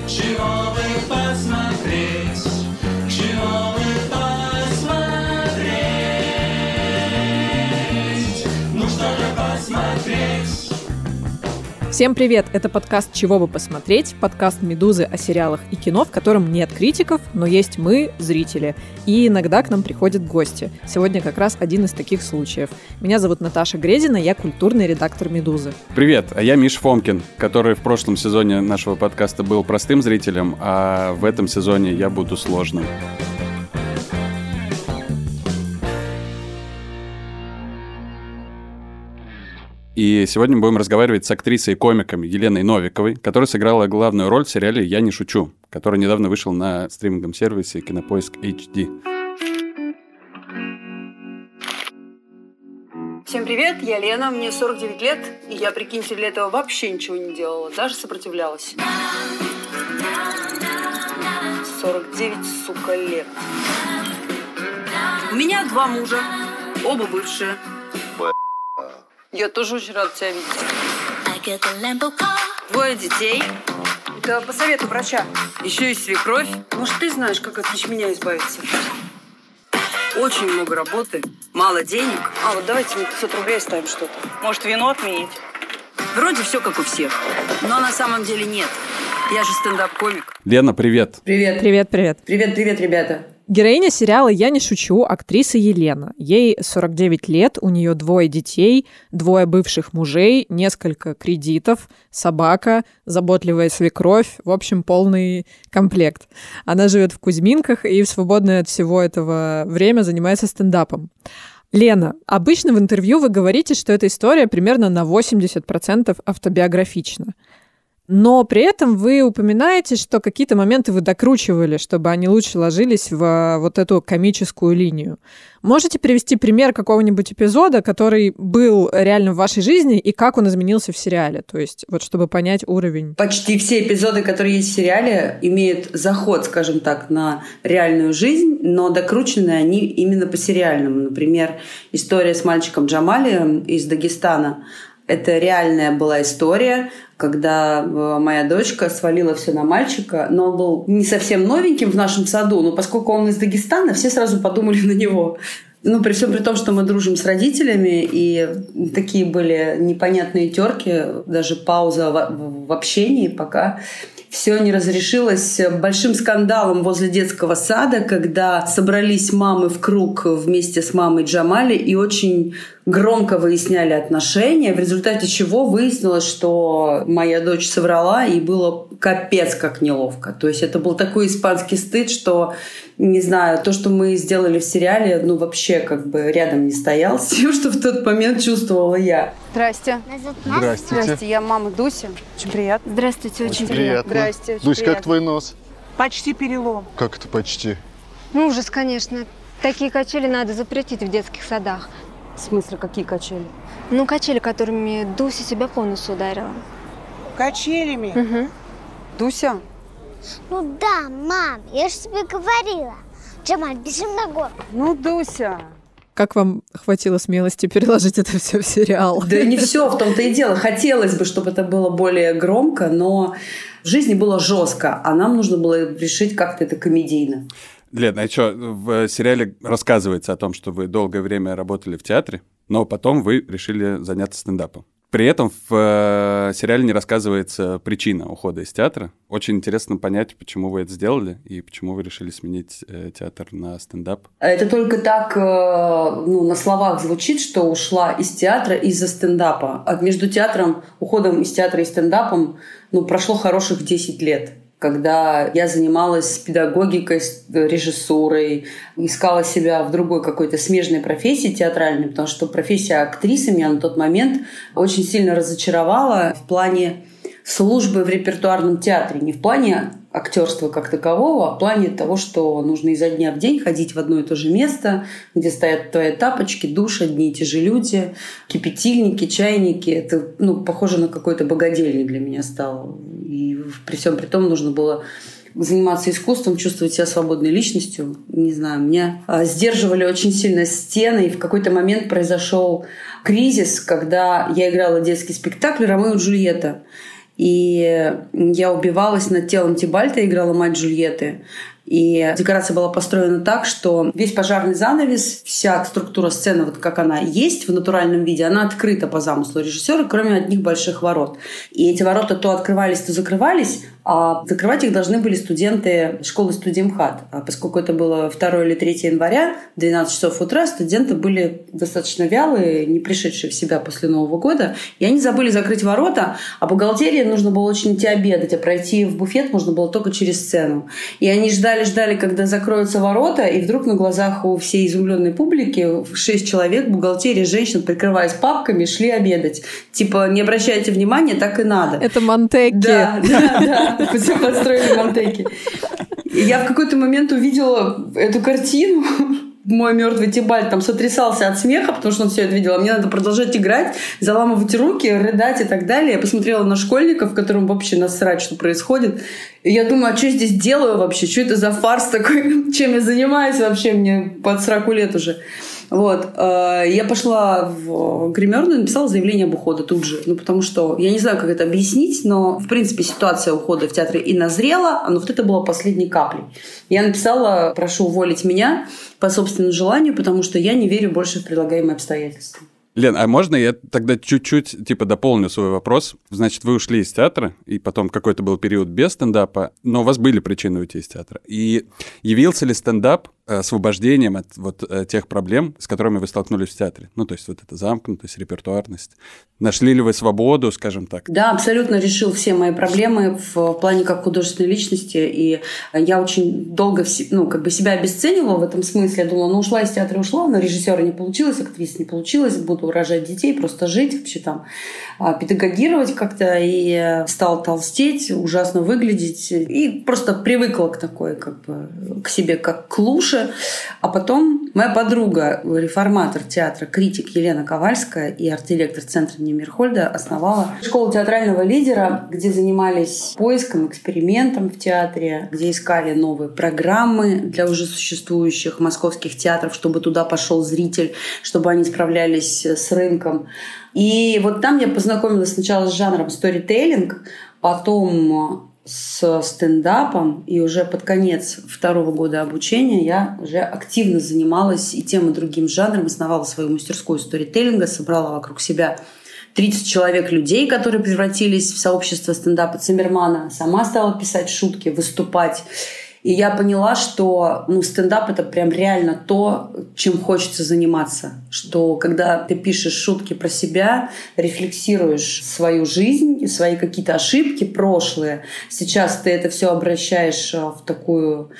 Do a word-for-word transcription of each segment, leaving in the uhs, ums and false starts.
Чего бы посмотреть? Чего бы посмотреть? Ну что же посмотреть? Всем привет! Это подкаст «Чего бы посмотреть», подкаст «Медузы» о сериалах и кино, в котором нет критиков, но есть мы, зрители. И иногда к нам приходят гости. Сегодня как раз один из таких случаев. Меня зовут Наташа Грезина, я культурный редактор «Медузы». Привет, а я Миш Фомкин, который в прошлом сезоне нашего подкаста был простым зрителем, а в этом сезоне я буду сложным. И сегодня мы будем разговаривать с актрисой и комиком Еленой Новиковой, которая сыграла главную роль в сериале «Я не шучу», который недавно вышел на стриминговом сервисе Кинопоиск эйч ди. Всем привет, я Лена, мне сорок девять лет, и я, прикиньте, для этого вообще ничего не делала, даже сопротивлялась. сорок девять, сука, лет. У меня два мужа, оба бывшие. Я тоже очень рада тебя видеть. Двое детей. Это по совету врача. Еще и свекровь. Может, ты знаешь, как от ячменя избавиться? Очень много работы, мало денег. А, вот давайте мы пятьсот рублей оставим что-то. Может, вино отменить? Вроде все как у всех, но на самом деле нет. Я же стендап-комик. Лена, привет. Привет. Привет, привет. Привет, привет, ребята. Героиня сериала «Я не шучу» актриса Елена. Ей сорок девять лет, у нее двое детей, двое бывших мужей, несколько кредитов, собака, заботливая свекровь, в общем, полный комплект. Она живет в Кузьминках и в свободное от всего этого время занимается стендапом. Лена, обычно в интервью вы говорите, что эта история примерно на восемьдесят процентов автобиографична. Но при этом вы упоминаете, что какие-то моменты вы докручивали, чтобы они лучше ложились в вот эту комическую линию. Можете привести пример какого-нибудь эпизода, который был реально в вашей жизни, и как он изменился в сериале? То есть, вот чтобы понять уровень. Почти все эпизоды, которые есть в сериале, имеют заход, скажем так, на реальную жизнь, но докручены они именно по сериальному. Например, история с мальчиком Джамалием из Дагестана. Это реальная была история, когда моя дочка свалила все на мальчика, но он был не совсем новеньким в нашем саду, но поскольку он из Дагестана, все сразу подумали на него. Ну, при всем при том, что мы дружим с родителями, и такие были непонятные терки, даже пауза в, в общении, пока все не разрешилось большим скандалом возле детского сада, когда собрались мамы в круг вместе с мамой Джамали и очень громко выясняли отношения, в результате чего выяснилось, что моя дочь соврала, и было капец как неловко. То есть это был такой испанский стыд, что, не знаю, то, что мы сделали в сериале, ну вообще как бы рядом не стоял с тем, что в тот момент чувствовала я. Здрасте. Здравствуйте. Здрасте, я мама Дуся. Очень приятно. Здравствуйте, очень, Очень приятно. Здрасте, очень Дусь, приятно. как твой нос? Почти перелом. Как это почти? Ну, ужас, конечно. Такие качели надо запретить в детских садах. В смысле, какие качели? Ну, качели, которыми Дуся себя по носу ударила. Качелями? Угу. Дуся? Ну да, мам, я же тебе говорила. Джамаль, бежим на гору. Ну, Дуся. Как вам хватило смелости переложить это все в сериал? Да не все, в том-то и дело. Хотелось бы, чтобы это было более громко, но в жизни было жестко, а нам нужно было решить как-то это комедийно. Лена, а что, в сериале рассказывается о том, что вы долгое время работали в театре, но потом вы решили заняться стендапом. При этом в сериале не рассказывается причина ухода из театра. Очень интересно понять, почему вы это сделали и почему вы решили сменить театр на стендап. Это только так, ну, на словах звучит, что ушла из театра из-за стендапа. А между театром, уходом из театра и стендапом, ну, прошло хороших десять лет. Когда я занималась педагогикой, режиссурой, искала себя в другой какой-то смежной профессии театральной, потому что профессия актрисы меня на тот момент очень сильно разочаровала в плане службы в репертуарном театре. Не в плане актерства как такового, а в плане того, что нужно изо дня в день ходить в одно и то же место, где стоят твои тапочки, душ, одни и те же люди, кипятильники, чайники. Это, ну, похоже на какой-то богадельник для меня стало. И при всем при том нужно было заниматься искусством, чувствовать себя свободной личностью. Не знаю, меня сдерживали очень сильно стены, и в какой-то момент произошел кризис, когда я играла детский спектакль «Ромео и Джульетта». И я убивалась над телом Тибальта, играла мать Джульетты. И декорация была построена так, что весь пожарный занавес, вся структура сцены, вот как она есть в натуральном виде, она открыта по замыслу режиссера, кроме одних больших ворот. И эти ворота то открывались, то закрывались, а закрывать их должны были студенты школы студимхат. А поскольку это было второго или третьего января, двенадцать часов утра, студенты были достаточно вялые, не пришедшие в себя после Нового года, и они забыли закрыть ворота, а бухгалтерии нужно было очень идти обедать, а пройти в буфет можно было только через сцену. И они ждали, ждали, когда закроются ворота, и вдруг на глазах у всей изумленной публики шесть человек, бухгалтерия, женщин, прикрываясь папками, шли обедать. Типа, не обращайте внимания, так и надо. Это Монтеки. Да, да, да. Все построили Монтеки. И я в какой-то момент увидела эту картину. Мой мертвый Тибальт там сотрясался от смеха, потому что он все это видел. А мне надо продолжать играть, заламывать руки, рыдать и так далее. Я посмотрела на школьников, которым вообще насрать, что происходит. И я думаю, а что я здесь делаю вообще? Что это за фарс такой? Чем я занимаюсь вообще? Мне под сорок лет уже. Вот. Я пошла в гримерную и написала заявление об уходе тут же. Ну, потому что я не знаю, как это объяснить, но, в принципе, ситуация ухода в театре и назрела, но вот это было последней каплей. Я написала: прошу уволить меня по собственному желанию, потому что я не верю больше в предлагаемые обстоятельства. Лен, а можно я тогда чуть-чуть типа дополню свой вопрос? Значит, вы ушли из театра, и потом какой-то был период без стендапа, но у вас были причины уйти из театра. И явился ли стендап освобождением от вот тех проблем, с которыми вы столкнулись в театре? Ну, то есть вот эта замкнутость, репертуарность. Нашли ли вы свободу, скажем так? Да, абсолютно решил все мои проблемы в плане как художественной личности. И я очень долго ну, как бы себя обесценивала в этом смысле. Я думала, ну, ушла из театра, ушла, но режиссера не получилось, актриса не получилось, буду рожать детей, просто жить, вообще там педагогировать как-то. И стала толстеть, ужасно выглядеть. И просто привыкла к такой, как бы, к себе как к луше. А потом моя подруга, реформатор театра, критик Елена Ковальская и арт-директор Центра имени Мирхольда основала школу театрального лидера, где занимались поиском, экспериментом в театре, где искали новые программы для уже существующих московских театров, чтобы туда пошел зритель, чтобы они справлялись с рынком. И вот там я познакомилась сначала с жанром сторителлинг, потом с стендапом, и уже под конец второго года обучения я уже активно занималась и тем, и другим жанром, основала свою мастерскую сторителлинга, собрала вокруг себя тридцать человек людей, которые превратились в сообщество стендапа Циммермана, сама стала писать шутки, выступать. И я поняла, что ну, стендап — это прям реально то, чем хочется заниматься. Что когда ты пишешь шутки про себя, рефлексируешь свою жизнь, свои какие-то ошибки прошлые, сейчас ты это все обращаешь в такую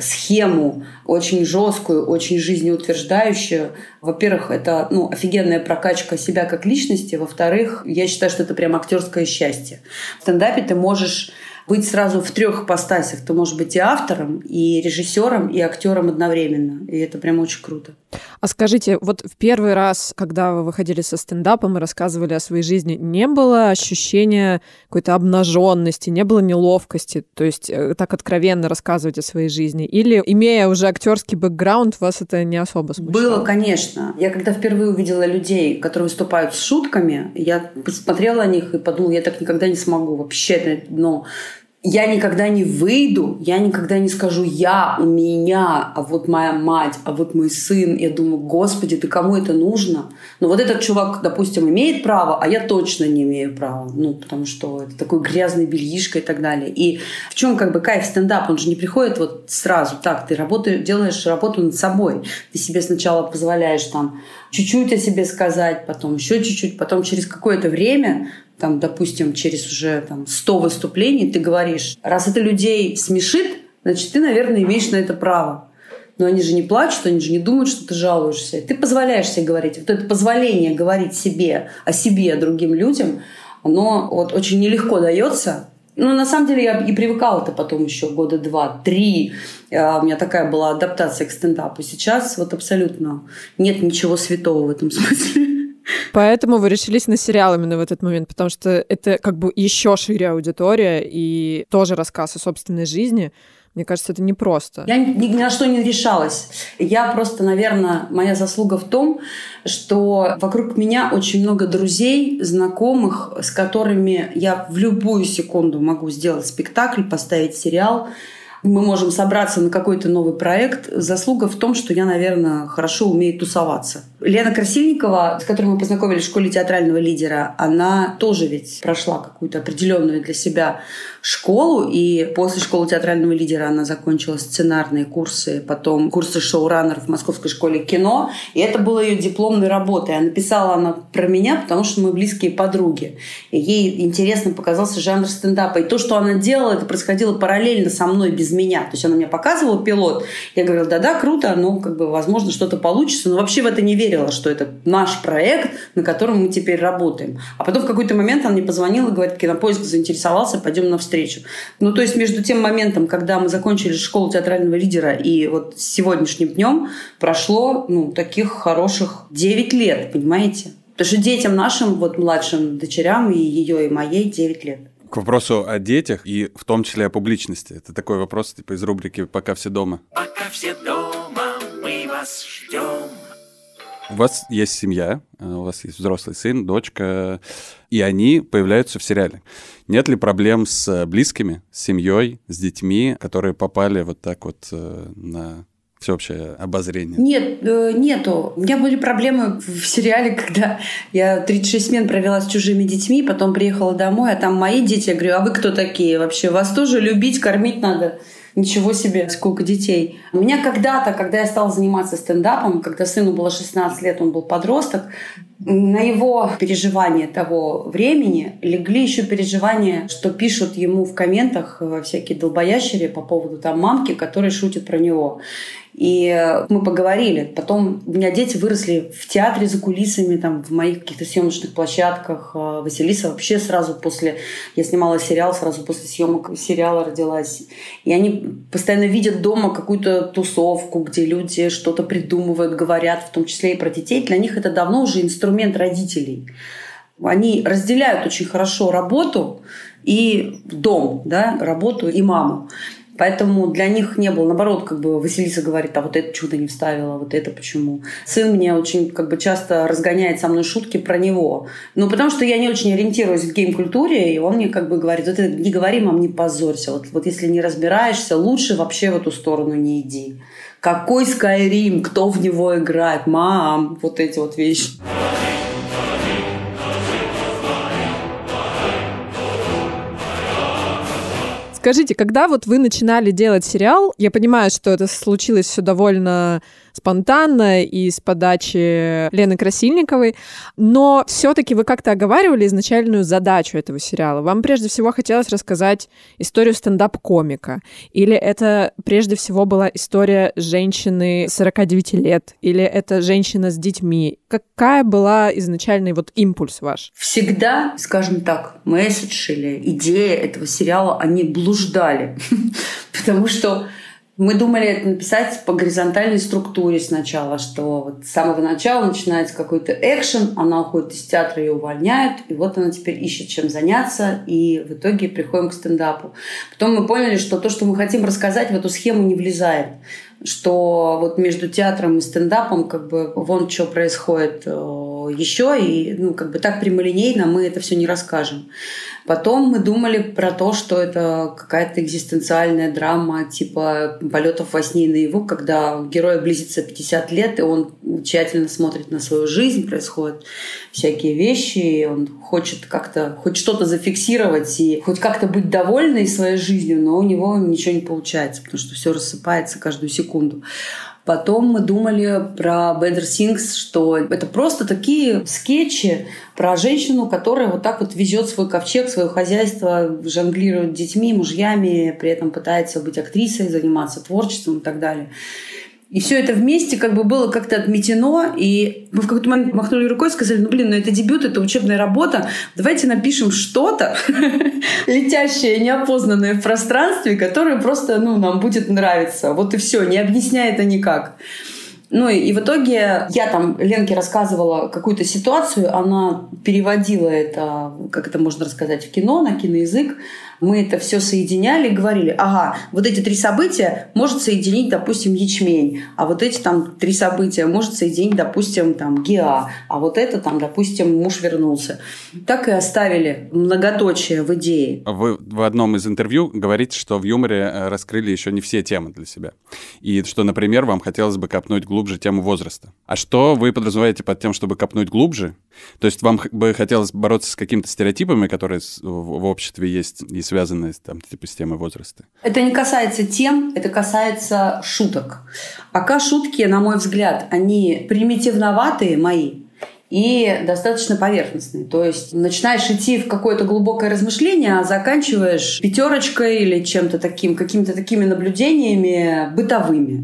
схему очень жесткую, очень жизнеутверждающую. Во-первых, это ну, офигенная прокачка себя как личности. Во-вторых, я считаю, что это прям актерское счастье. В стендапе ты можешь быть сразу в трех ипостасях. Ты можешь быть и автором, и режиссером, и актером одновременно. И это прям очень круто. А скажите, вот в первый раз, когда вы выходили со стендапом и рассказывали о своей жизни, не было ощущения какой-то обнаженности, не было неловкости, то есть так откровенно рассказывать о своей жизни? Или, имея уже актерский бэкграунд, вас это не особо смущало? Было, конечно. Я когда впервые увидела людей, которые выступают с шутками, я посмотрела на них и подумала, я так никогда не смогу. Вообще, но я никогда не выйду, я никогда не скажу «я», «у меня», а вот моя мать, а вот мой сын. Я думаю, господи, ты кому это нужно? Но вот этот чувак, допустим, имеет право, а я точно не имею права. Ну, потому что это такой грязный бельишко и так далее. И в чем как бы кайф стендапа? Он же не приходит вот сразу. Так, ты работаешь, делаешь работу над собой. Ты себе сначала позволяешь там чуть-чуть о себе сказать, потом еще чуть-чуть, потом через какое-то время, там, допустим, через уже там, сто выступлений ты говоришь, раз это людей смешит, значит, ты, наверное, имеешь на это право. Но они же не плачут, они же не думают, что ты жалуешься. Ты позволяешь себе говорить. Вот это позволение говорить себе, о себе, другим людям, оно вот очень нелегко дается. Ну, на самом деле, я и привыкала-то потом еще года два-три. У меня такая была адаптация к стендапу. Сейчас вот абсолютно нет ничего святого в этом смысле. Поэтому вы решились на сериал именно в этот момент, потому что это как бы еще шире аудитория и тоже рассказ о собственной жизни. Мне кажется, это непросто. Я ни, ни на что не решалась. Я просто, наверное, моя заслуга в том, что вокруг меня очень много друзей, знакомых, с которыми я в любую секунду могу сделать спектакль, поставить сериал. Мы можем собраться на какой-то новый проект. Заслуга в том, что я, наверное, хорошо умею тусоваться. Лена Красильникова, с которой мы познакомились в школе театрального лидера, она тоже ведь прошла какую-то определенную для себя школу, и после школы театрального лидера она закончила сценарные курсы, потом курсы шоураннеров в Московской школе кино, и это было ее дипломной работой. А написала она про меня, потому что мы близкие подруги. И ей интересно показался жанр стендапа. И то, что она делала, это происходило параллельно со мной, без меня. То есть она мне показывала пилот, я говорила, да-да, круто, ну, как бы, возможно, что-то получится, но вообще в это не верила, что это наш проект, на котором мы теперь работаем. А потом в какой-то момент она мне позвонила и говорит, Кинопоиск заинтересовался, пойдем навстречу. Ну, то есть между тем моментом, когда мы закончили школу театрального лидера и вот с сегодняшним днем прошло, ну, таких хороших девять лет, понимаете? Потому что детям нашим, вот младшим дочерям, и ее, и моей, девять лет. К вопросу о детях и в том числе о публичности. Это такой вопрос типа из рубрики «Пока все дома». Пока все дома, мы вас ждем. У вас есть семья, у вас есть взрослый сын, дочка, и они появляются в сериале. Нет ли проблем с близкими, с семьей, с детьми, которые попали вот так вот на всеобщее обозрение? Нет, нету. У меня были проблемы в сериале, когда я тридцать шесть смен провела с чужими детьми, потом приехала домой, а там мои дети. Я говорю, а вы кто такие вообще? Вас тоже любить, кормить надо? Ничего себе, сколько детей. У меня когда-то, когда я стала заниматься стендапом, когда сыну было шестнадцать лет, он был подросток, на его переживания того времени легли еще переживания, что пишут ему в комментах всякие долбоящери по поводу там мамки, которые шутят про него. И мы поговорили. Потом у меня дети выросли в театре за кулисами, там, в моих каких-то съемочных площадках. Василиса вообще сразу после... Я снимала сериал, сразу после съемок сериала родилась. И они постоянно видят дома какую-то тусовку, где люди что-то придумывают, говорят, в том числе и про детей. Для них это давно уже инструмент родителей. Они разделяют очень хорошо работу и дом, да, работу и маму. Поэтому для них не было. Наоборот, как бы Василиса говорит, а вот это чудо не вставила, вот это почему. Сын мне очень как бы часто разгоняет со мной шутки про него. Ну, потому что я не очень ориентируюсь в гейм-культуре, и он мне как бы говорит, вот это не говори, мам, не позорься. Вот, вот если не разбираешься, лучше вообще в эту сторону не иди. Какой Skyrim, кто в него играет? Мам, вот эти вот вещи. Скажите, когда вот вы начинали делать сериал, я понимаю, что это случилось все довольно спонтанно и с подачи Лены Красильниковой, но все-таки вы как-то оговаривали изначальную задачу этого сериала. Вам прежде всего хотелось рассказать историю стендап-комика? Или это прежде всего была история женщины сорока девяти лет? Или это женщина с детьми? Какая была изначальный вот импульс ваш? Всегда, скажем так, месседж или идея этого сериала, они блуждали. Потому что мы думали это написать по горизонтальной структуре сначала, что вот с самого начала начинается какой-то экшен, она уходит из театра, ее увольняют, и вот она теперь ищет, чем заняться, и в итоге приходим к стендапу. Потом мы поняли, что то, что мы хотим рассказать, в эту схему не влезает. Что вот между театром и стендапом как бы вон что происходит еще, и ну, как бы так прямолинейно мы это все не расскажем. Потом мы думали про то, что это какая-то экзистенциальная драма типа полетов во сне и наяву, когда у героя близится пятьдесят лет, и он тщательно смотрит на свою жизнь, происходят всякие вещи, и он хочет как-то хоть что-то зафиксировать и хоть как-то быть довольной своей жизнью, но у него ничего не получается, потому что все рассыпается каждую секунду. Потом мы думали про Better Things, что это просто такие скетчи про женщину, которая вот так вот везет свой ковчег, свое хозяйство, жонглирует детьми, мужьями, при этом пытается быть актрисой, заниматься творчеством и так далее. И все это вместе как бы было как-то отметено, и мы в какой-то момент махнули рукой и сказали, ну блин, ну это дебют, это учебная работа, давайте напишем что-то летящее, неопознанное в пространстве, которое просто ну, нам будет нравиться. Вот и все, не объясняя это никак. Ну и, и в итоге я там Ленке рассказывала какую-то ситуацию, она переводила это, как это можно рассказать, в кино, на киноязык. Мы это все соединяли и говорили, ага, вот эти три события может соединить, допустим, ячмень, а вот эти там три события может соединить, допустим, там ГИА, а вот это там, допустим, муж вернулся. Так и оставили многоточие в идее. Вы в одном из интервью говорите, что в юморе раскрыли еще не все темы для себя. И что, например, вам хотелось бы копнуть глубже тему возраста. А что вы подразумеваете под тем, чтобы копнуть глубже? То есть вам бы хотелось бороться с какими-то стереотипами, которые в обществе есть и связанные там, типа, с темой возраста? Это не касается тем, это касается шуток. Пока шутки, на мой взгляд, они примитивноватые мои и достаточно поверхностные. То есть начинаешь идти в какое-то глубокое размышление, а заканчиваешь пятерочкой или чем-то таким, какими-то такими наблюдениями бытовыми.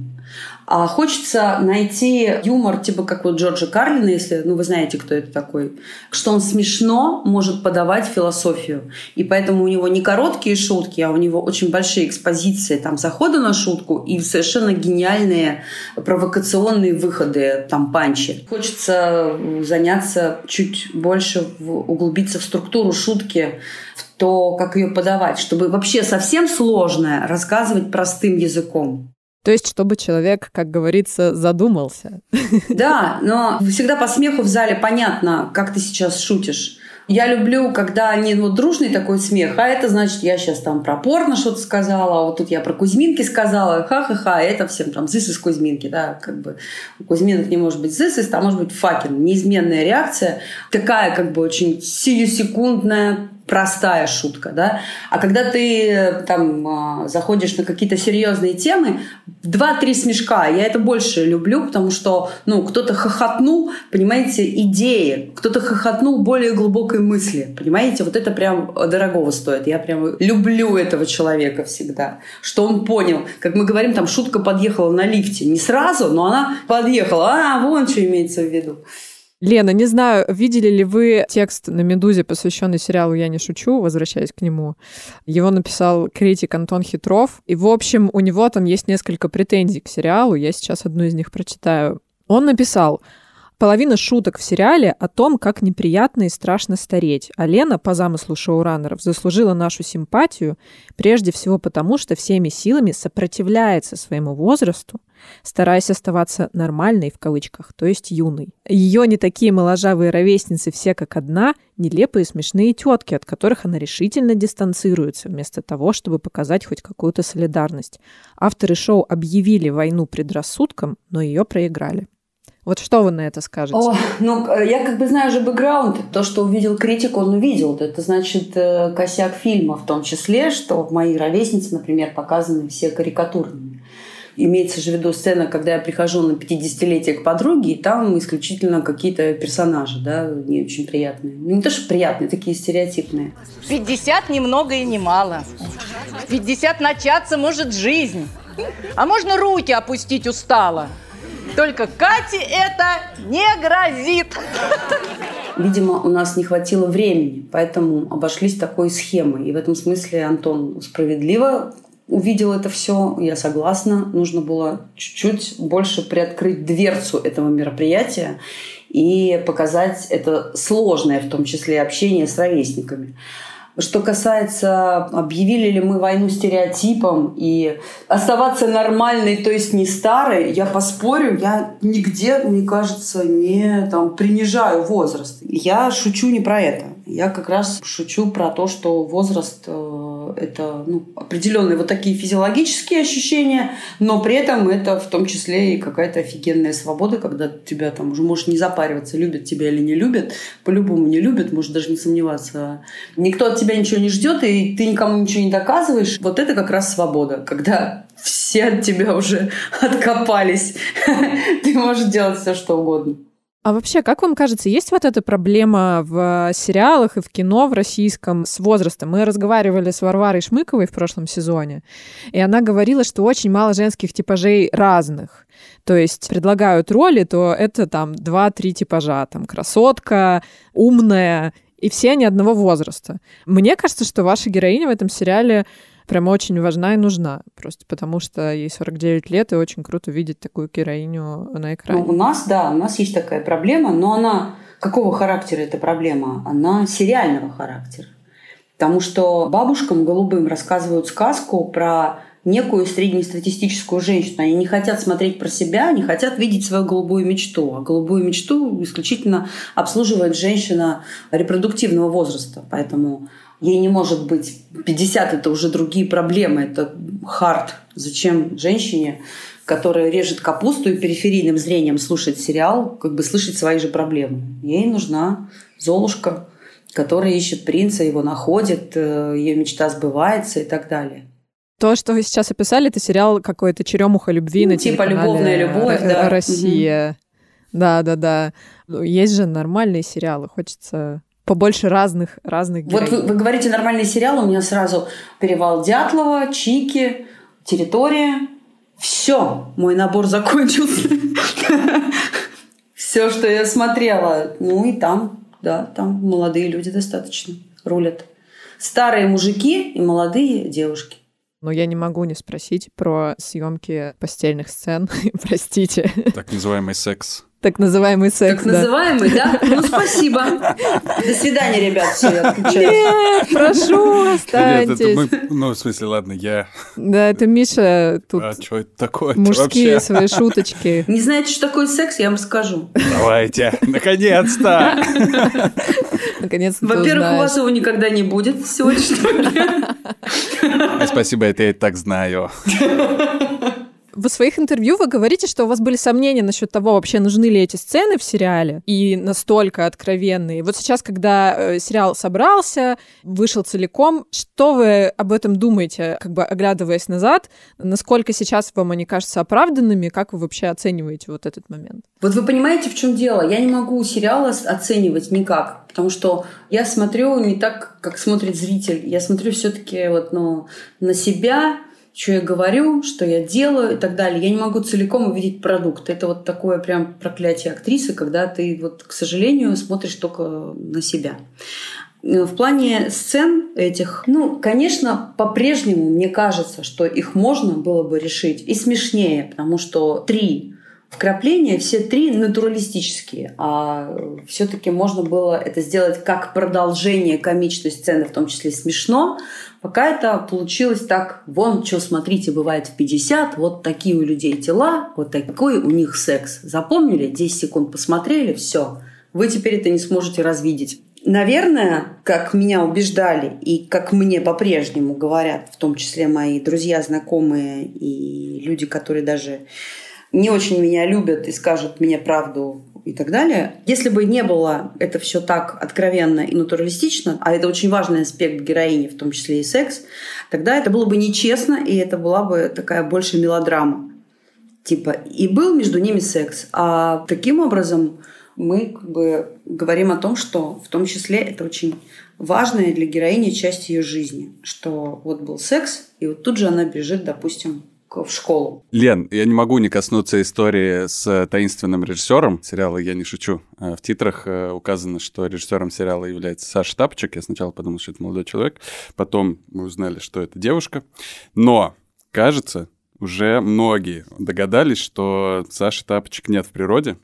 А хочется найти юмор, типа как вот Джорджа Карлина, если, ну, вы знаете, кто это такой, что он смешно может подавать философию. И поэтому у него не короткие шутки, а у него очень большие экспозиции, там, захода на шутку и совершенно гениальные провокационные выходы, там, панчи. Хочется заняться чуть больше, углубиться в структуру шутки, в то, как ее подавать, чтобы вообще совсем сложное рассказывать простым языком. То есть, чтобы человек, как говорится, задумался. Да, но всегда по смеху в зале понятно, как ты сейчас шутишь. Я люблю, когда они вот дружный такой смех, а это значит, я сейчас там про порно что-то сказала, а вот тут я про Кузьминки сказала, ха-ха-ха, это всем там зыс из Кузьминки, да, как бы у Кузьминок не может быть зыс, а может быть факин, неизменная реакция, такая как бы очень сиюсекундная, простая шутка, да. А когда ты там заходишь на какие-то серьезные темы, два-три смешка, я это больше люблю, потому что, ну, кто-то хохотнул, понимаете, идеи, кто-то хохотнул более глубокой мысли, понимаете, вот это прям дорогого стоит. Я прям люблю этого человека всегда, что он понял, как мы говорим, там шутка подъехала на лифте, не сразу, но она подъехала, а, вон что имеется в виду. Лена, не знаю, видели ли вы текст на «Медузе», посвященный сериалу «Я не шучу», возвращаясь к нему. Его написал критик Антон Хитров. И, в общем, у него там есть несколько претензий к сериалу. Я сейчас одну из них прочитаю. Он написал: половина шуток в сериале о том, как неприятно и страшно стареть. А Лена, по замыслу шоураннеров, заслужила нашу симпатию прежде всего потому, что всеми силами сопротивляется своему возрасту, стараясь оставаться «нормальной» в кавычках, то есть юной. Ее не такие моложавые ровесницы все как одна, нелепые смешные тетки, от которых она решительно дистанцируется, вместо того, чтобы показать хоть какую-то солидарность. Авторы шоу объявили войну предрассудкам, но ее проиграли. Вот что вы на это скажете? О, ну, я как бы знаю же бэкграунд. То, что увидел критик, он увидел. Это значит косяк фильма в том числе, что мои ровесницы, например, показаны все карикатурными. Имеется же в виду сцена, когда я прихожу на пятидесятилетие к подруге, и там исключительно какие-то персонажи, да, не очень приятные. Ну, не то, что приятные, такие стереотипные. пятьдесят ни много и ни мало. В пятьдесят начаться может жизнь. А можно руки опустить устало. Только Кате это не грозит. Видимо, у нас не хватило времени, поэтому обошлись такой схемой. И в этом смысле Антон справедливо увидел это все. Я согласна. Нужно было чуть-чуть больше приоткрыть дверцу этого мероприятия и показать это сложное, в том числе, общение с ровесниками. Что касается, объявили ли мы войну стереотипам и оставаться нормальной, то есть не старой, я поспорю, я нигде, мне кажется, не там, принижаю возраст. Я шучу не про это. Я как раз шучу про то, что возраст э, – это ну, определенные вот такие физиологические ощущения, но при этом это в том числе и какая-то офигенная свобода, когда тебя там уже можешь не запариваться, любят тебя или не любят. По-любому не любят, можешь даже не сомневаться. Никто от тебя ничего не ждет, и ты никому ничего не доказываешь. Вот это как раз свобода, когда все от тебя уже откопались. Ты можешь делать все, что угодно. А вообще, как вам кажется, есть вот эта проблема в сериалах и в кино в российском с возрастом? Мы разговаривали с Варварой Шмыковой в прошлом сезоне, и она говорила, что очень мало женских типажей разных. То есть предлагают роли, то это там два-три типажа. Там красотка, умная, и все они одного возраста. Мне кажется, что ваша героиня в этом сериале прям очень важна и нужна. Просто потому что ей сорок девять лет, и очень круто видеть такую героиню на экране. Ну, у нас, да, у нас есть такая проблема, но она... Какого характера эта проблема? Она сериального характера. Потому что бабушкам голубым рассказывают сказку про некую среднестатистическую женщину. Они не хотят смотреть про себя, они хотят видеть свою голубую мечту. А голубую мечту исключительно обслуживает женщина репродуктивного возраста. Поэтому ей не может быть пятьдесят, это уже другие проблемы, это хард. Зачем женщине, которая режет капусту и периферийным зрением слушает сериал, как бы слышать свои же проблемы? Ей нужна Золушка, которая ищет принца, его находит, ее мечта сбывается и так далее. То, что вы сейчас описали, это сериал какой-то «Черемуха любви» Ну, на типа телеканале «Любовная любовь», да. «Россия». Да-да-да. Есть же нормальные сериалы, хочется побольше разных, разных героинь. Вот вы, вы говорите «нормальные сериалы», у меня сразу «Перевал Дятлова», «Чики», «Территория». Все, мой набор закончился. Все, что я смотрела. Ну и там, да, там молодые люди достаточно рулят. Старые мужики и молодые девушки. Но я не могу не спросить про съемки постельных сцен. Простите. Так называемый секс. Так называемый секс, Так называемый, да? Ну, спасибо. До свидания, ребят, все, я отключаюсь. Нет, прошу, останьтесь. Нет, это мы, ну, в смысле, ладно, я... Да, это Миша тут А что это такое мужские вообще? свои шуточки. Не знаете, что такое секс, я вам скажу. Давайте, наконец-то! Наконец-то ты Во-первых, у узнаешь. вас его никогда не будет в сегодняшнем дне. Спасибо, это я и так знаю. В своих интервью вы говорите, что у вас были сомнения насчет того, вообще нужны ли эти сцены в сериале, и настолько откровенные. Вот сейчас, когда э, сериал собрался, вышел целиком, что вы об этом думаете, как бы оглядываясь назад? Насколько сейчас вам они кажутся оправданными? Как вы вообще оцениваете вот этот момент? Вот вы понимаете, в чем дело? Я не могу сериал оценивать никак, потому что я смотрю не так, как смотрит зритель. Я смотрю все-таки вот, ну, на себя, что я говорю, что я делаю и так далее. Я не могу целиком увидеть продукт. Это вот такое прям проклятие актрисы, когда ты, вот, к сожалению, смотришь только на себя. В плане сцен этих, ну, конечно, по-прежнему мне кажется, что их можно было бы решить и смешнее, потому что три вкрапления, все три натуралистические, а все-таки можно было это сделать как продолжение комичной сцены, в том числе смешно. Пока это получилось так: вон, что, смотрите, бывает в пятьдесят, вот такие у людей тела, вот такой у них секс. Запомнили? десять секунд посмотрели, все. Вы теперь это не сможете развидеть. Наверное, как меня убеждали и как мне по-прежнему говорят, в том числе мои друзья, знакомые и люди, которые даже не очень меня любят и скажут мне правду и так далее. Если бы не было это все так откровенно и натуралистично, а это очень важный аспект героини, в том числе и секс, тогда это было бы нечестно, и это была бы такая больше мелодрама. Типа, и был между ними секс. А таким образом мы как бы говорим о том, что в том числе это очень важная для героини часть ее жизни. Что вот был секс, и вот тут же она бежит, допустим, в школу. Лен, я не могу не коснуться истории с таинственным режиссером сериала «Я не шучу». В титрах указано, что режиссером сериала является Саша Тапочек. Я сначала подумал, что это молодой человек. Потом мы узнали, что это девушка. Но, кажется, уже многие догадались, что Саши Тапочек нет в природе.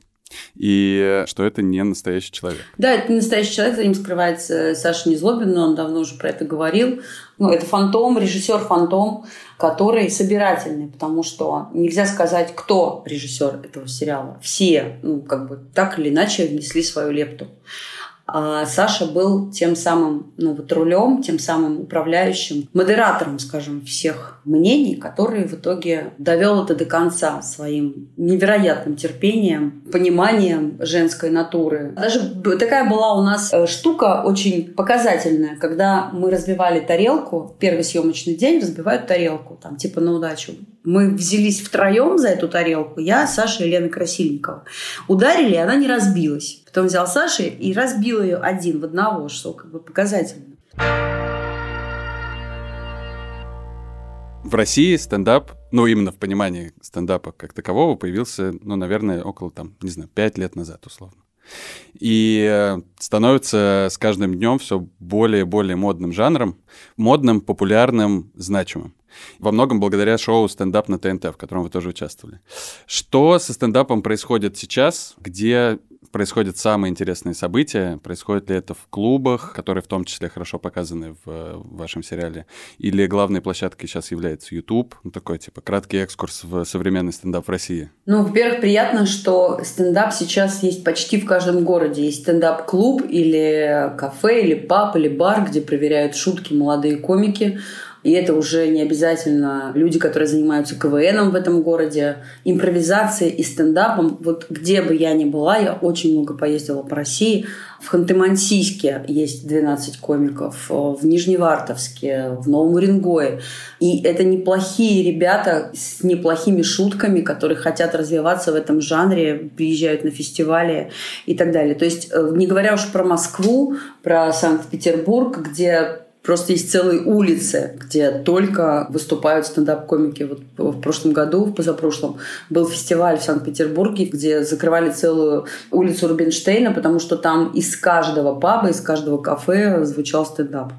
И что это не настоящий человек. Да, это не настоящий человек, за ним скрывается Саша Незлобин, он давно уже про это говорил. Ну, это фантом, режиссер-фантом, который собирательный, потому что нельзя сказать, кто режиссер этого сериала. Все, ну, как бы так или иначе внесли свою лепту. А Саша был тем самым, ну, вот рулем, тем самым управляющим, модератором, скажем, всех мнений, который в итоге довел это до конца своим невероятным терпением, пониманием женской натуры. Даже такая была у нас штука очень показательная, когда мы разбивали тарелку, первый съемочный день разбивают тарелку, там, типа на удачу. Мы взялись втроем за эту тарелку, я, Саша и Лена Красильникова. Ударили, и она не разбилась. Потом взял Саша и разбил ее один в одного, что как бы показательно. В России стендап, ну, именно в понимании стендапа как такового, появился, ну, наверное, около, там, не знаю, пять лет назад, условно. И становится с каждым днем все более и более модным жанром, модным, популярным, значимым. Во многом благодаря шоу «Стендап» на ТНТ, в котором вы тоже участвовали. Что со стендапом происходит сейчас? Где происходят самые интересные события? Происходит ли это в клубах, которые в том числе хорошо показаны в, в вашем сериале? Или главной площадкой сейчас является YouTube? Ну, такой, типа, краткий экскурс в современный стендап в России. Ну, во-первых, приятно, что стендап сейчас есть почти в каждом городе. Есть стендап-клуб или кафе, или паб, или бар, где проверяют шутки молодые комики. И это уже не обязательно люди, которые занимаются КВНом в этом городе, импровизацией и стендапом. Вот где бы я ни была, я очень много поездила по России. В Ханты-Мансийске есть двенадцать комиков, в Нижневартовске, в Новом Уренгое. И это неплохие ребята с неплохими шутками, которые хотят развиваться в этом жанре, приезжают на фестивали и так далее. То есть, не говоря уж про Москву, про Санкт-Петербург, где просто есть целые улицы, где только выступают стендап-комики. Вот в прошлом году, в позапрошлом, был фестиваль в Санкт-Петербурге, где закрывали целую улицу Рубинштейна, потому что там из каждого паба, из каждого кафе звучал стендап.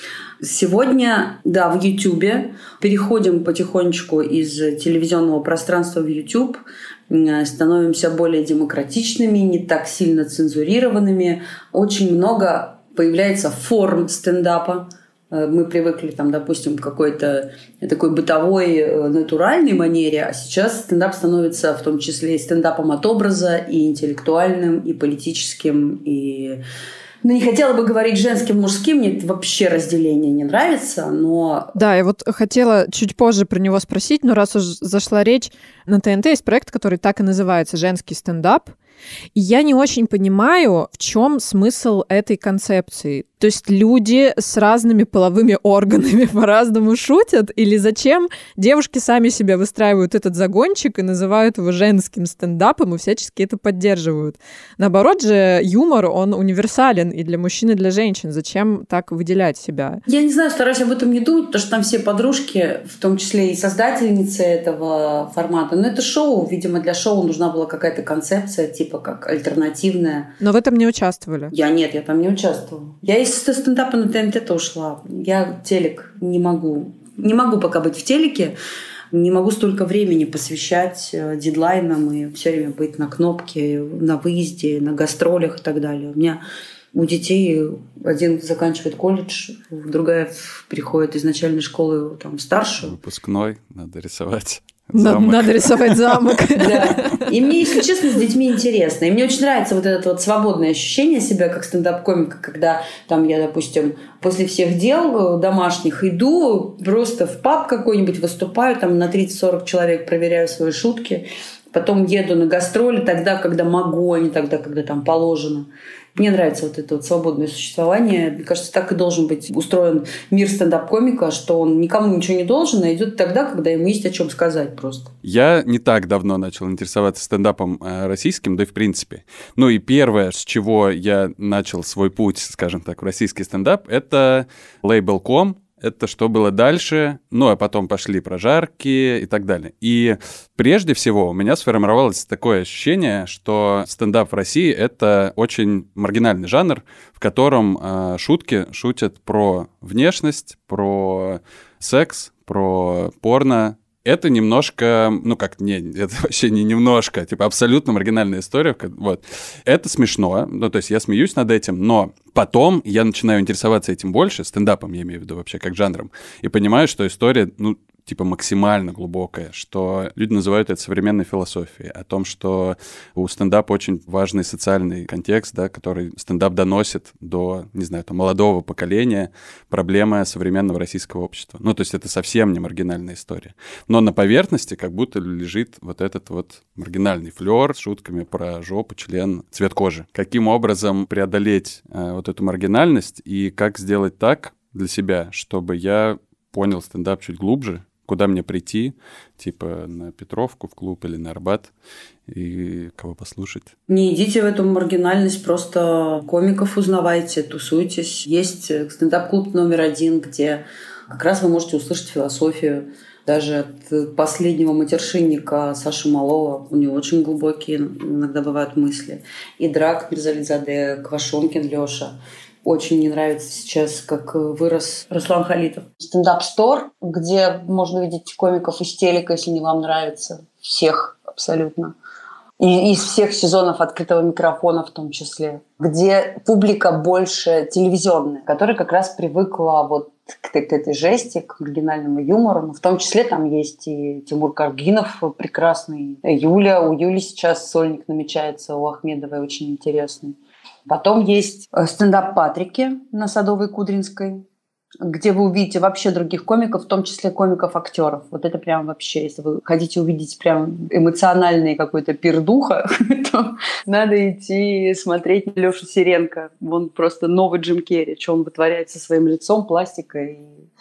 Сегодня, да, в Ютубе. Переходим потихонечку из телевизионного пространства в Ютуб. Становимся более демократичными, не так сильно цензурированными. Очень много появляется форм стендапа. Мы привыкли, там, допустим, к какой-то такой бытовой, натуральной манере, а сейчас стендап становится в том числе и стендапом от образа, и интеллектуальным, и политическим, и... Ну, не хотела бы говорить женским, мужским, мне это вообще разделение не нравится, но... Да, я вот хотела чуть позже про него спросить, но раз уж зашла речь, на ТНТ есть проект, который так и называется «Женский стендап». И я не очень понимаю, в чем смысл этой концепции. То есть люди с разными половыми органами по-разному шутят? Или зачем девушки сами себе выстраивают этот загончик и называют его женским стендапом и всячески это поддерживают? Наоборот же, юмор, он универсален и для мужчин, и для женщин. Зачем так выделять себя? Я не знаю, стараюсь об этом не думать, потому что там все подружки, в том числе и создательницы этого формата. Но это шоу, видимо, для шоу нужна была какая-то концепция, типа как альтернативная. Но в этом не участвовали? Я нет, я там не участвовала. Я из стендапа на ТНТ-то ушла. Я телек не могу. Не могу пока быть в телеке. Не могу столько времени посвящать дедлайнам и все время быть на кнопке, на выезде, на гастролях и так далее. У меня у детей один заканчивает колледж, другая переходит из начальной школы там, в старшую. Выпускной, надо рисовать. Надо, надо рисовать замок. Да. И мне, если честно, с детьми интересно. И мне очень нравится вот это вот свободное ощущение себя как стендап-комика, когда там я, допустим, после всех дел домашних иду просто в паб какой-нибудь, выступаю, там на тридцать-сорок человек проверяю свои шутки, потом еду на гастроли тогда, когда могу, а не тогда, когда там положено. Мне нравится вот это вот свободное существование. Мне кажется, так и должен быть устроен мир стендап-комика, что он никому ничего не должен, а идет тогда, когда ему есть о чем сказать просто. Я не так давно начал интересоваться стендапом российским, да и в принципе. Ну и первое, с чего я начал свой путь, скажем так, в российский стендап, это лейбл точка ком. Это что было дальше, ну, а потом пошли прожарки и так далее. И прежде всего у меня сформировалось такое ощущение, что стендап в России — это очень маргинальный жанр, в котором э, шутки шутят про внешность, про секс, про порно. Это немножко, ну как, не, это вообще не немножко, типа абсолютно маргинальная история. Вот. Это смешно, ну то есть я смеюсь над этим, но потом я начинаю интересоваться этим больше, стендапом я имею в виду вообще как жанром, и понимаю, что история, ну, типа максимально глубокая, что люди называют это современной философией, о том, что у стендапа очень важный социальный контекст, да, который стендап доносит до, не знаю, там, молодого поколения проблемы современного российского общества. Ну, то есть это совсем не маргинальная история. Но на поверхности как будто лежит вот этот вот маргинальный флёр с шутками про жопу, член, цвет кожи. Каким образом преодолеть э, вот эту маргинальность и как сделать так для себя, чтобы я понял стендап чуть глубже, куда мне прийти, типа на Петровку в клуб или на Арбат, и кого послушать. Не идите в эту маргинальность, просто комиков узнавайте, тусуйтесь. Есть стендап-клуб номер один, где как раз вы можете услышать философию. Даже от последнего матершинника Саши Малова у него очень глубокие иногда бывают мысли. И Драк Мирзалидзаде, Квашонкин Лёша. Очень мне нравится сейчас, как вырос Руслан Халитов. Стендап-стор, где можно видеть комиков из телека, если не вам нравится. Всех абсолютно. И из всех сезонов «Открытого микрофона» в том числе. Где публика больше телевизионная, которая как раз привыкла вот к, к этой жести, к маргинальному юмору. Но в том числе там есть и Тимур Каргинов прекрасный, Юля. У Юли сейчас сольник намечается, у Ахмедовой очень интересный. Потом есть стендап Патрики на Садовой Кудринской, где вы увидите вообще других комиков, в том числе комиков-актеров. Вот это прям вообще, если вы хотите увидеть прям эмоциональный какой-то пир духа, то надо идти смотреть Лешу Сиренко. Он просто новый Джим Керри, что он вытворяет со своим лицом, пластикой.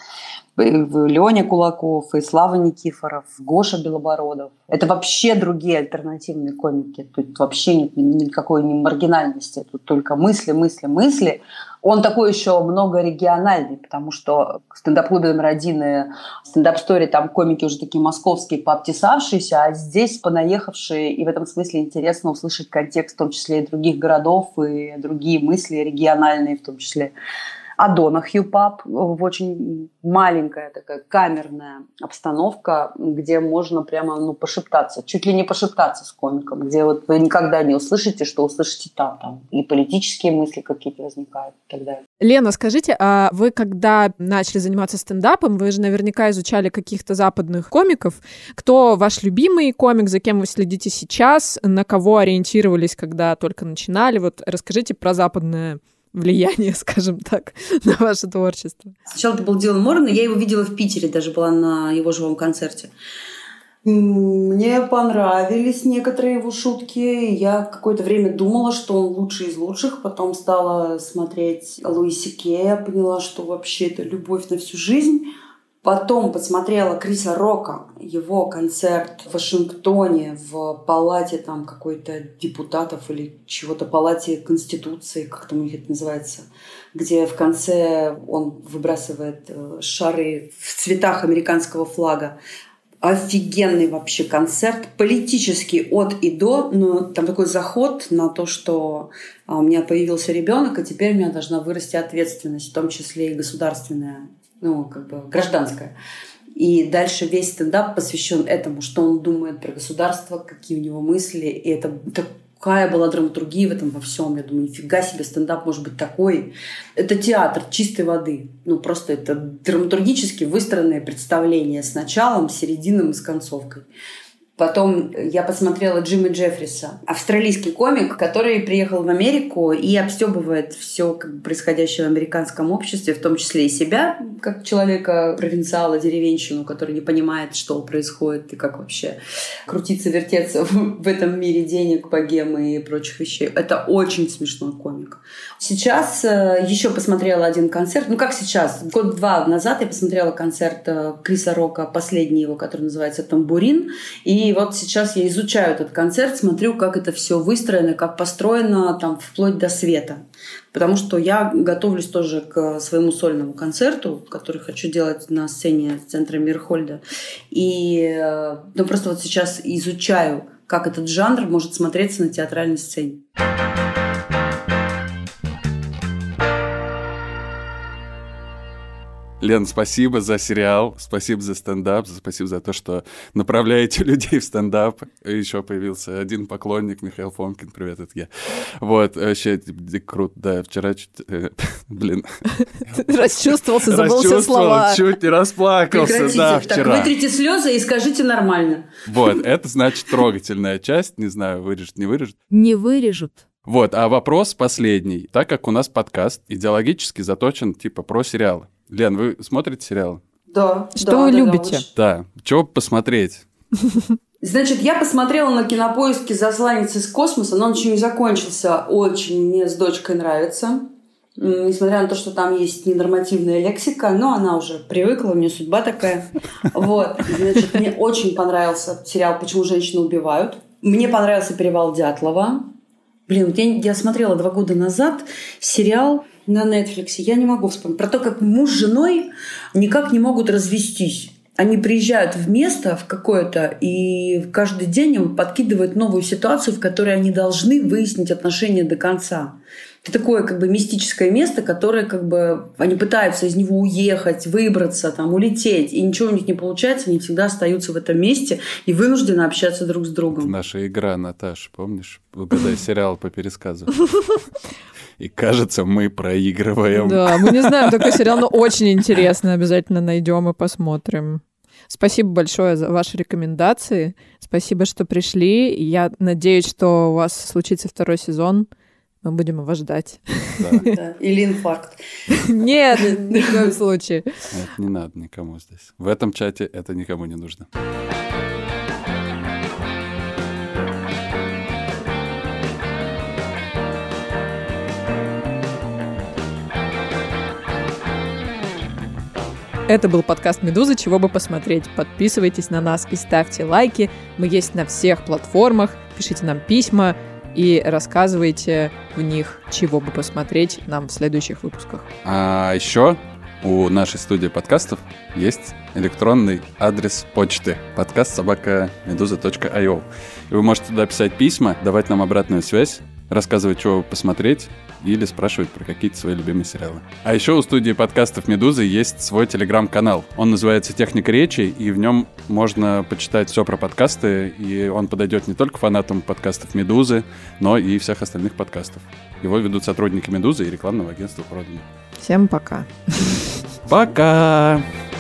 Леня Кулаков, и Слава Никифоров, Гоша Белобородов. Это вообще другие альтернативные комики. Тут вообще нет никакой не маргинальности. Тут только мысли, мысли, мысли. Он такой еще многорегиональный, потому что в стендап-клубе номер один и стендап-сторе там комики уже такие московские, пообтесавшиеся, а здесь понаехавшие. И в этом смысле интересно услышать контекст, в том числе и других городов, и другие мысли региональные в том числе. Адона Хью-Паб, в очень маленькая такая камерная обстановка, где можно прямо ну, пошептаться, чуть ли не пошептаться с комиком, где вот вы никогда не услышите, что услышите там, там и политические мысли какие-то возникают и так далее. Лена, скажите, а вы когда начали заниматься стендапом, вы же наверняка изучали каких-то западных комиков. Кто ваш любимый комик, за кем вы следите сейчас, на кого ориентировались, когда только начинали? Вот расскажите про западное влияние, скажем так, на ваше творчество. Сначала это был Дилан Моран, и я его видела в Питере, даже была на его живом концерте. Мне понравились некоторые его шутки. Я какое-то время думала, что он лучший из лучших. Потом стала смотреть Луи Си Кея, поняла, что вообще это любовь на всю жизнь. Потом посмотрела Криса Рока, его концерт в Вашингтоне в палате там какой-то депутатов или чего-то, палате Конституции, как там у них это называется, где в конце он выбрасывает шары в цветах американского флага. Офигенный вообще концерт, политический от и до, но там такой заход на то, что у меня появился ребенок, и теперь у меня должна вырасти ответственность, в том числе и государственная, ну, как бы гражданская. И дальше весь стендап посвящен этому, что он думает про государство, какие у него мысли. И это такая была драматургия в этом во всем. Я думаю, нифига себе, стендап может быть такой. Это театр чистой воды. Ну, просто это драматургически выстроенное представление с началом, серединой и с концовкой. Потом я посмотрела Джима Джеффриса, австралийский комик, который приехал в Америку и обстебывает все как бы происходящее в американском обществе, в том числе и себя, как человека, провинциала, деревенщину, который не понимает, что происходит и как вообще крутиться, вертеться в этом мире денег, богемы и прочих вещей. Это очень смешной комик. Сейчас еще посмотрела один концерт, ну как сейчас, год-два назад я посмотрела концерт Криса Рока, последний его, который называется «Тамбурин», и И вот сейчас я изучаю этот концерт, смотрю, как это все выстроено, как построено там вплоть до света. Потому что я готовлюсь тоже к своему сольному концерту, который хочу делать на сцене центра Мирхольда. И ну, просто вот сейчас изучаю, как этот жанр может смотреться на театральной сцене. Лен, спасибо за сериал, спасибо за стендап, спасибо за то, что направляете людей в стендап. Еще появился один поклонник, Михаил Фомкин, привет, это я. Вот, вообще, круто, да, вчера чуть, э, блин. Расчувствовался, забыл все слова. Чуть не расплакался, Прекратите. да, вчера. Так, вытрите слезы и скажите нормально. Вот, это значит трогательная часть, не знаю, вырежет, не вырежет. Не вырежут. Вот, а вопрос последний. Так как у нас подкаст идеологически заточен, типа, про сериалы. Лен, вы смотрите сериалы? Да. Что да, вы да, любите? Да. да. Чего посмотреть? Значит, я посмотрела на Кинопоиске «Засланец из космоса», но он еще не закончился. Очень мне с дочкой нравится. Несмотря на то, что там есть ненормативная лексика, но она уже привыкла, у нее судьба такая. Вот. Значит, мне очень понравился сериал «Почему женщины убивают». Мне понравился «Перевал Дятлова». Блин, вот я, я смотрела два года назад сериал На Netflix. Я не могу вспомнить. Про то, как муж с женой никак не могут развестись. Они приезжают в место в какое-то, и каждый день им подкидывают новую ситуацию, в которой они должны выяснить отношения до конца. Это такое как бы мистическое место, которое как бы они пытаются из него уехать, выбраться, там, улететь, и ничего у них не получается, они всегда остаются в этом месте и вынуждены общаться друг с другом. Наша игра, Наташа, помнишь? Угадай сериал по пересказу. И кажется, мы проигрываем. Да, мы не знаем такой сериал, но очень интересно. Обязательно найдем и посмотрим. Спасибо большое за ваши рекомендации. Спасибо, что пришли. Я надеюсь, что у вас случится второй сезон. Мы будем его ждать. Да. Или инфаркт. Нет, ни в коем случае. Это не надо никому здесь. В этом чате это никому не нужно. Это был подкаст «Медузы. Чего бы посмотреть». Подписывайтесь на нас и ставьте лайки. Мы есть на всех платформах. Пишите нам письма и рассказывайте в них, чего бы посмотреть нам в следующих выпусках. А еще у нашей студии подкастов есть электронный адрес почты подкаст собака медуза точка ай о. И вы можете туда писать письма, давать нам обратную связь, рассказывать, чего посмотреть, или спрашивать про какие-то свои любимые сериалы. А еще у студии подкастов «Медузы» есть свой телеграм-канал. Он называется «Техника речи», и в нем можно почитать все про подкасты, и он подойдет не только фанатам подкастов «Медузы», но и всех остальных подкастов. Его ведут сотрудники «Медузы» и рекламного агентства «Продано». Всем пока. Пока!